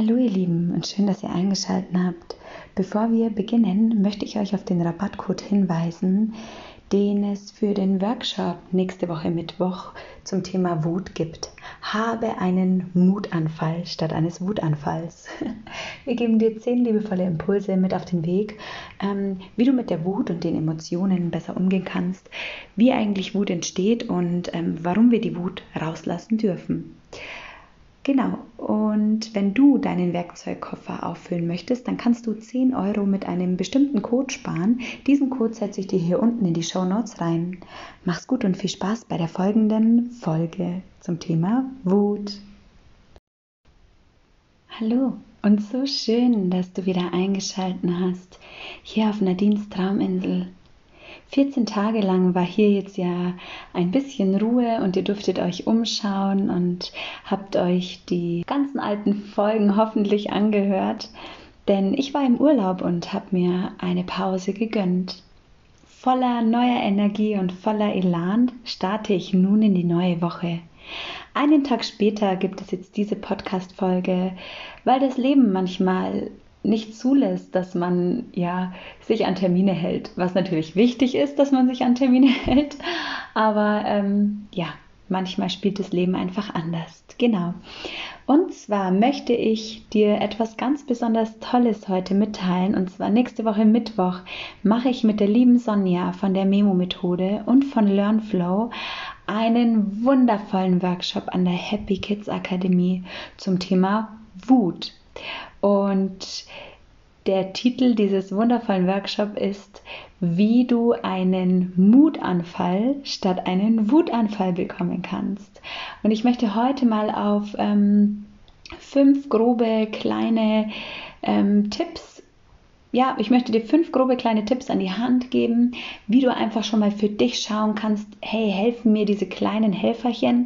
Hallo ihr Lieben und schön, dass ihr eingeschaltet habt. Bevor wir beginnen, möchte ich euch auf den Rabattcode hinweisen, den es für den Workshop nächste Woche Mittwoch zum Thema Wut gibt. Habe einen Mutanfall statt eines Wutanfalls. Wir geben dir 10 liebevolle Impulse mit auf den Weg, wie du mit der Wut und den Emotionen besser umgehen kannst, wie eigentlich Wut entsteht und warum wir die Wut rauslassen dürfen. Genau, und wenn du deinen Werkzeugkoffer auffüllen möchtest, dann kannst du 10 Euro mit einem bestimmten Code sparen. Diesen Code setze ich dir hier unten in die Shownotes rein. Mach's gut und viel Spaß bei der folgenden Folge zum Thema Wut. Hallo und so schön, dass du wieder eingeschaltet hast, hier auf Nadines Trauminsel. 14 Tage lang war hier jetzt ja ein bisschen Ruhe und ihr durftet euch umschauen und habt euch die ganzen alten Folgen hoffentlich angehört, denn ich war im Urlaub und habe mir eine Pause gegönnt. Voller neuer Energie und voller Elan starte ich nun in die neue Woche. Einen Tag später gibt es jetzt diese Podcast-Folge, weil das Leben manchmal nicht zulässt, dass man sich an Termine hält. Was natürlich wichtig ist, dass man sich an Termine hält, aber manchmal spielt das Leben einfach anders. Genau. Und zwar möchte ich dir etwas ganz besonders Tolles heute mitteilen. Und zwar nächste Woche Mittwoch mache ich mit der lieben Sonja von der Memo-Methode und von LearnFlow einen wundervollen Workshop an der Happy Kids Akademie zum Thema Wut. Und der Titel dieses wundervollen Workshops ist, wie du einen Mutanfall statt einen Wutanfall bekommen kannst. Und ich möchte heute mal auf 5 grobe kleine Tipps, ich möchte dir 5 grobe kleine Tipps an die Hand geben, wie du einfach schon mal für dich schauen kannst, hey, helfen mir diese kleinen Helferchen?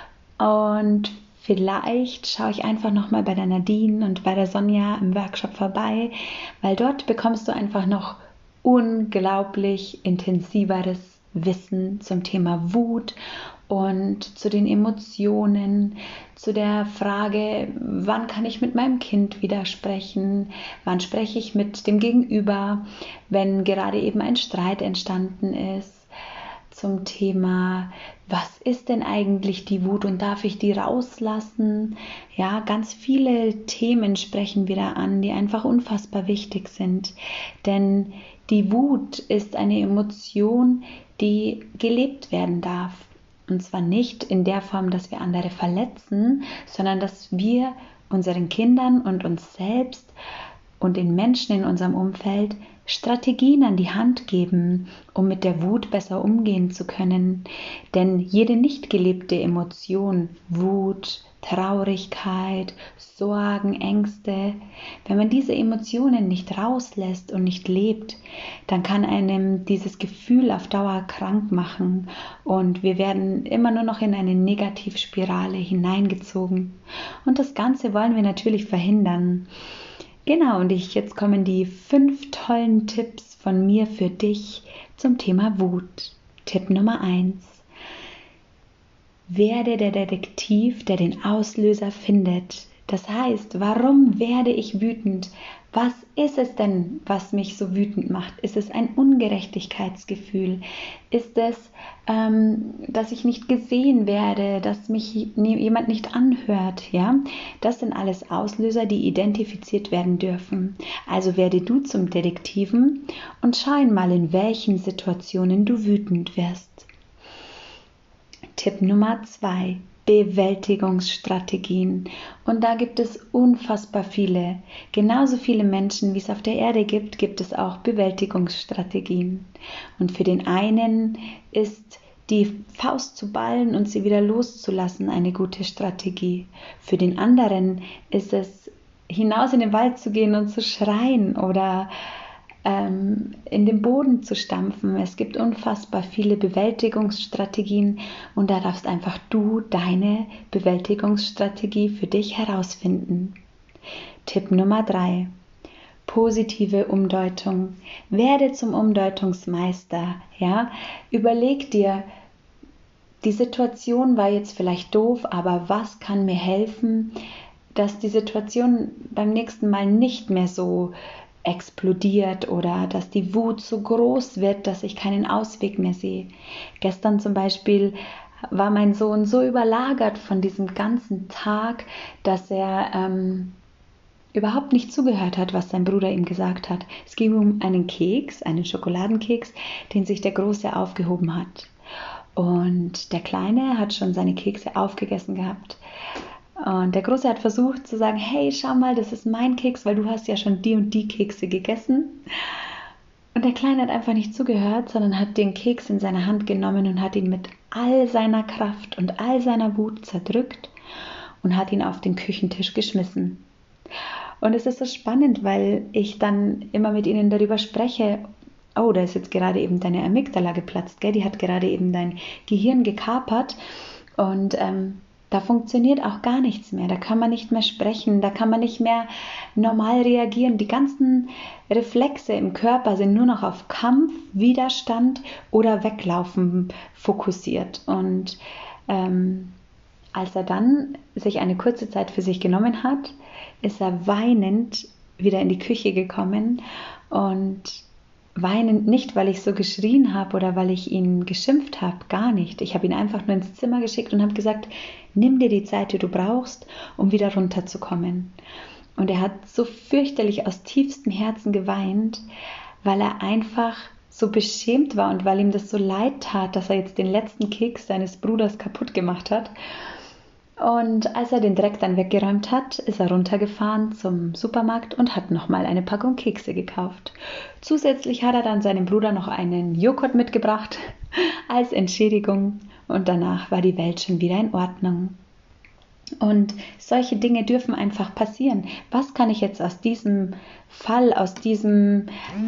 Und vielleicht schaue ich einfach nochmal bei der Nadine und bei der Sonja im Workshop vorbei, weil dort bekommst du einfach noch unglaublich intensiveres Wissen zum Thema Wut und zu den Emotionen, zu der Frage, wann kann ich mit meinem Kind wieder sprechen, wann spreche ich mit dem Gegenüber, wenn gerade eben ein Streit entstanden ist. Zum Thema, was ist denn eigentlich die Wut und darf ich die rauslassen? Ja, ganz viele Themen sprechen wir da an, die einfach unfassbar wichtig sind. Denn die Wut ist eine Emotion, die gelebt werden darf. Und zwar nicht in der Form, dass wir andere verletzen, sondern dass wir unseren Kindern und uns selbst und den Menschen in unserem Umfeld Strategien an die Hand geben, um mit der Wut besser umgehen zu können. Denn jede nicht gelebte Emotion, Wut, Traurigkeit, Sorgen, Ängste, wenn man diese Emotionen nicht rauslässt und nicht lebt, dann kann einem dieses Gefühl auf Dauer krank machen und wir werden immer nur noch in eine Negativspirale hineingezogen. Und das Ganze wollen wir natürlich verhindern. Genau, und jetzt kommen die 5 tollen Tipps von mir für dich zum Thema Wut. Tipp Nummer 1. Werde der Detektiv, der den Auslöser findet. Das heißt, warum werde ich wütend? Was ist es denn, was mich so wütend macht? Ist es ein Ungerechtigkeitsgefühl? Ist es, dass ich nicht gesehen werde, dass mich jemand nicht anhört? Ja? Das sind alles Auslöser, die identifiziert werden dürfen. Also werde du zum Detektiven und schau einmal, in welchen Situationen du wütend wirst. Tipp Nummer 2. Bewältigungsstrategien. Und da gibt es unfassbar viele. Genauso viele Menschen, wie es auf der Erde gibt, gibt es auch Bewältigungsstrategien. Und für den einen ist die Faust zu ballen und sie wieder loszulassen eine gute Strategie. Für den anderen ist es, hinaus in den Wald zu gehen und zu schreien oder in den Boden zu stampfen. Es gibt unfassbar viele Bewältigungsstrategien und da darfst einfach du deine Bewältigungsstrategie für dich herausfinden. Tipp Nummer 3. Positive Umdeutung. Werde zum Umdeutungsmeister. Ja? Überleg dir, die Situation war jetzt vielleicht doof, aber was kann mir helfen, dass die Situation beim nächsten Mal nicht mehr so explodiert oder dass die Wut so groß wird, dass ich keinen Ausweg mehr sehe. Gestern zum Beispiel war mein Sohn so überlagert von diesem ganzen Tag, dass er überhaupt nicht zugehört hat, was sein Bruder ihm gesagt hat. Es ging um einen Keks, einen Schokoladenkeks, den sich der Große aufgehoben hat. Und der Kleine hat schon seine Kekse aufgegessen gehabt. Und der Große hat versucht zu sagen, hey, schau mal, das ist mein Keks, weil du hast ja schon die und die Kekse gegessen. Und der Kleine hat einfach nicht zugehört, sondern hat den Keks in seine Hand genommen und hat ihn mit all seiner Kraft und all seiner Wut zerdrückt und hat ihn auf den Küchentisch geschmissen. Und es ist so spannend, weil ich dann immer mit ihnen darüber spreche, oh, da ist jetzt gerade eben deine Amygdala geplatzt, gell? Die hat gerade eben dein Gehirn gekapert und da funktioniert auch gar nichts mehr, da kann man nicht mehr sprechen, da kann man nicht mehr normal reagieren. Die ganzen Reflexe im Körper sind nur noch auf Kampf, Widerstand oder Weglaufen fokussiert. Und als er dann sich eine kurze Zeit für sich genommen hat, ist er weinend wieder in die Küche gekommen und weinend nicht, weil ich so geschrien habe oder weil ich ihn geschimpft habe, gar nicht. Ich habe ihn einfach nur ins Zimmer geschickt und habe gesagt, nimm dir die Zeit, die du brauchst, um wieder runterzukommen. Und er hat so fürchterlich aus tiefstem Herzen geweint, weil er einfach so beschämt war und weil ihm das so leid tat, dass er jetzt den letzten Keks seines Bruders kaputt gemacht hat. Und als er den Dreck dann weggeräumt hat, ist er runtergefahren zum Supermarkt und hat nochmal eine Packung Kekse gekauft. Zusätzlich hat er dann seinem Bruder noch einen Joghurt mitgebracht als Entschädigung und danach war die Welt schon wieder in Ordnung. Und solche Dinge dürfen einfach passieren. Was kann ich jetzt aus diesem Fall, aus diesem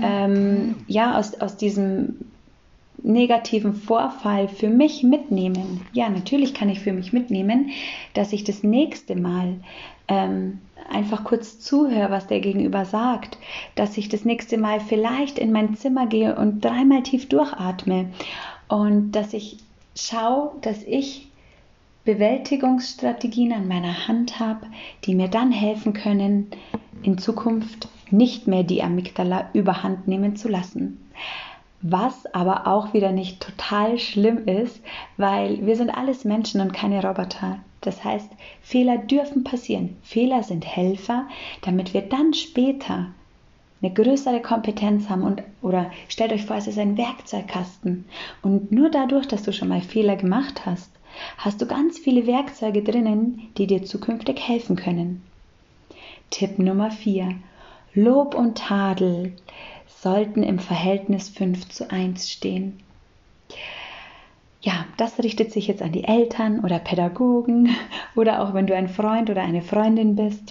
negativen Vorfall für mich mitnehmen? Ja, natürlich kann ich für mich mitnehmen, dass ich das nächste Mal einfach kurz zuhöre, was der Gegenüber sagt, dass ich das nächste Mal vielleicht in mein Zimmer gehe und 3-mal tief durchatme und dass ich schaue, dass ich Bewältigungsstrategien an meiner Hand habe, die mir dann helfen können, in Zukunft nicht mehr die Amygdala überhand nehmen zu lassen. Was aber auch wieder nicht total schlimm ist, weil wir sind alles Menschen und keine Roboter. Das heißt, Fehler dürfen passieren. Fehler sind Helfer, damit wir dann später eine größere Kompetenz haben oder stellt euch vor, es ist ein Werkzeugkasten. Und nur dadurch, dass du schon mal Fehler gemacht hast, hast du ganz viele Werkzeuge drinnen, die dir zukünftig helfen können. Tipp Nummer 4. Lob und Tadel sollten im Verhältnis 5:1 stehen. Ja, das richtet sich jetzt an die Eltern oder Pädagogen oder auch wenn du ein Freund oder eine Freundin bist.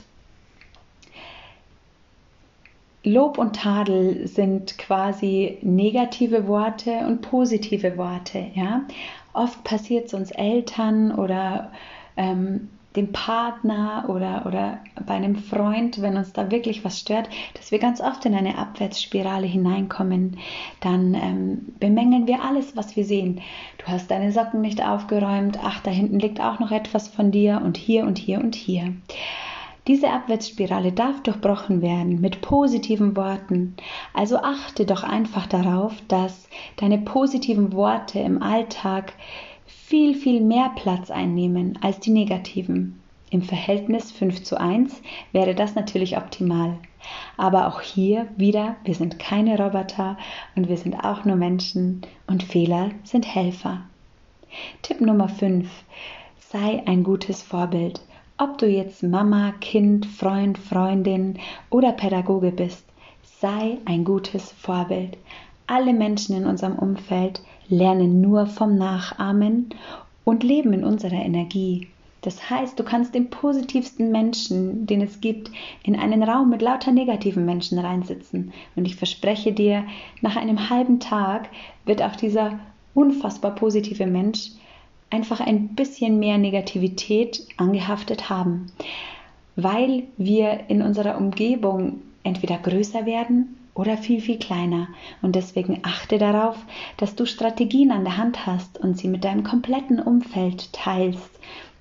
Lob und Tadel sind quasi negative Worte und positive Worte. Ja? Oft passiert es uns Eltern oder dem Partner oder bei einem Freund, wenn uns da wirklich was stört, dass wir ganz oft in eine Abwärtsspirale hineinkommen. Dann bemängeln wir alles, was wir sehen. Du hast deine Socken nicht aufgeräumt, ach, da hinten liegt auch noch etwas von dir und hier und hier und hier. Diese Abwärtsspirale darf durchbrochen werden mit positiven Worten. Also achte doch einfach darauf, dass deine positiven Worte im Alltag viel, viel mehr Platz einnehmen als die negativen. Im Verhältnis 5:1 wäre das natürlich optimal. Aber auch hier wieder, wir sind keine Roboter und wir sind auch nur Menschen und Fehler sind Helfer. Tipp Nummer 5. Sei ein gutes Vorbild. Ob du jetzt Mama, Kind, Freund, Freundin oder Pädagoge bist, sei ein gutes Vorbild. Alle Menschen in unserem Umfeld lernen nur vom Nachahmen und leben in unserer Energie. Das heißt, du kannst den positivsten Menschen, den es gibt, in einen Raum mit lauter negativen Menschen reinsitzen. Und ich verspreche dir, nach einem halben Tag wird auch dieser unfassbar positive Mensch einfach ein bisschen mehr Negativität angehaftet haben, weil wir in unserer Umgebung entweder größer werden oder viel, viel kleiner. Und deswegen achte darauf, dass du Strategien an der Hand hast und sie mit deinem kompletten Umfeld teilst,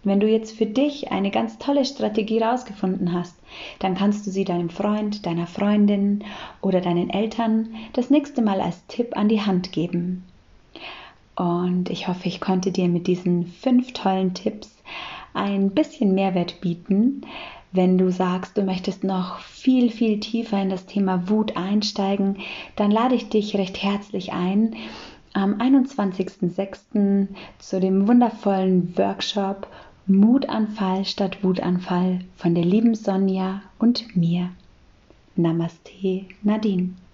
Wenn du jetzt für dich eine ganz tolle Strategie rausgefunden hast, dann kannst du sie deinem Freund, deiner Freundin oder deinen Eltern das nächste Mal als Tipp an die Hand geben. Und ich hoffe, ich konnte dir mit diesen 5 tollen Tipps ein bisschen Mehrwert bieten. Wenn du sagst, du möchtest noch viel, viel tiefer in das Thema Wut einsteigen, dann lade ich dich recht herzlich ein am 21.06. zu dem wundervollen Workshop Mutanfall statt Wutanfall von der lieben Sonja und mir. Namaste, Nadine.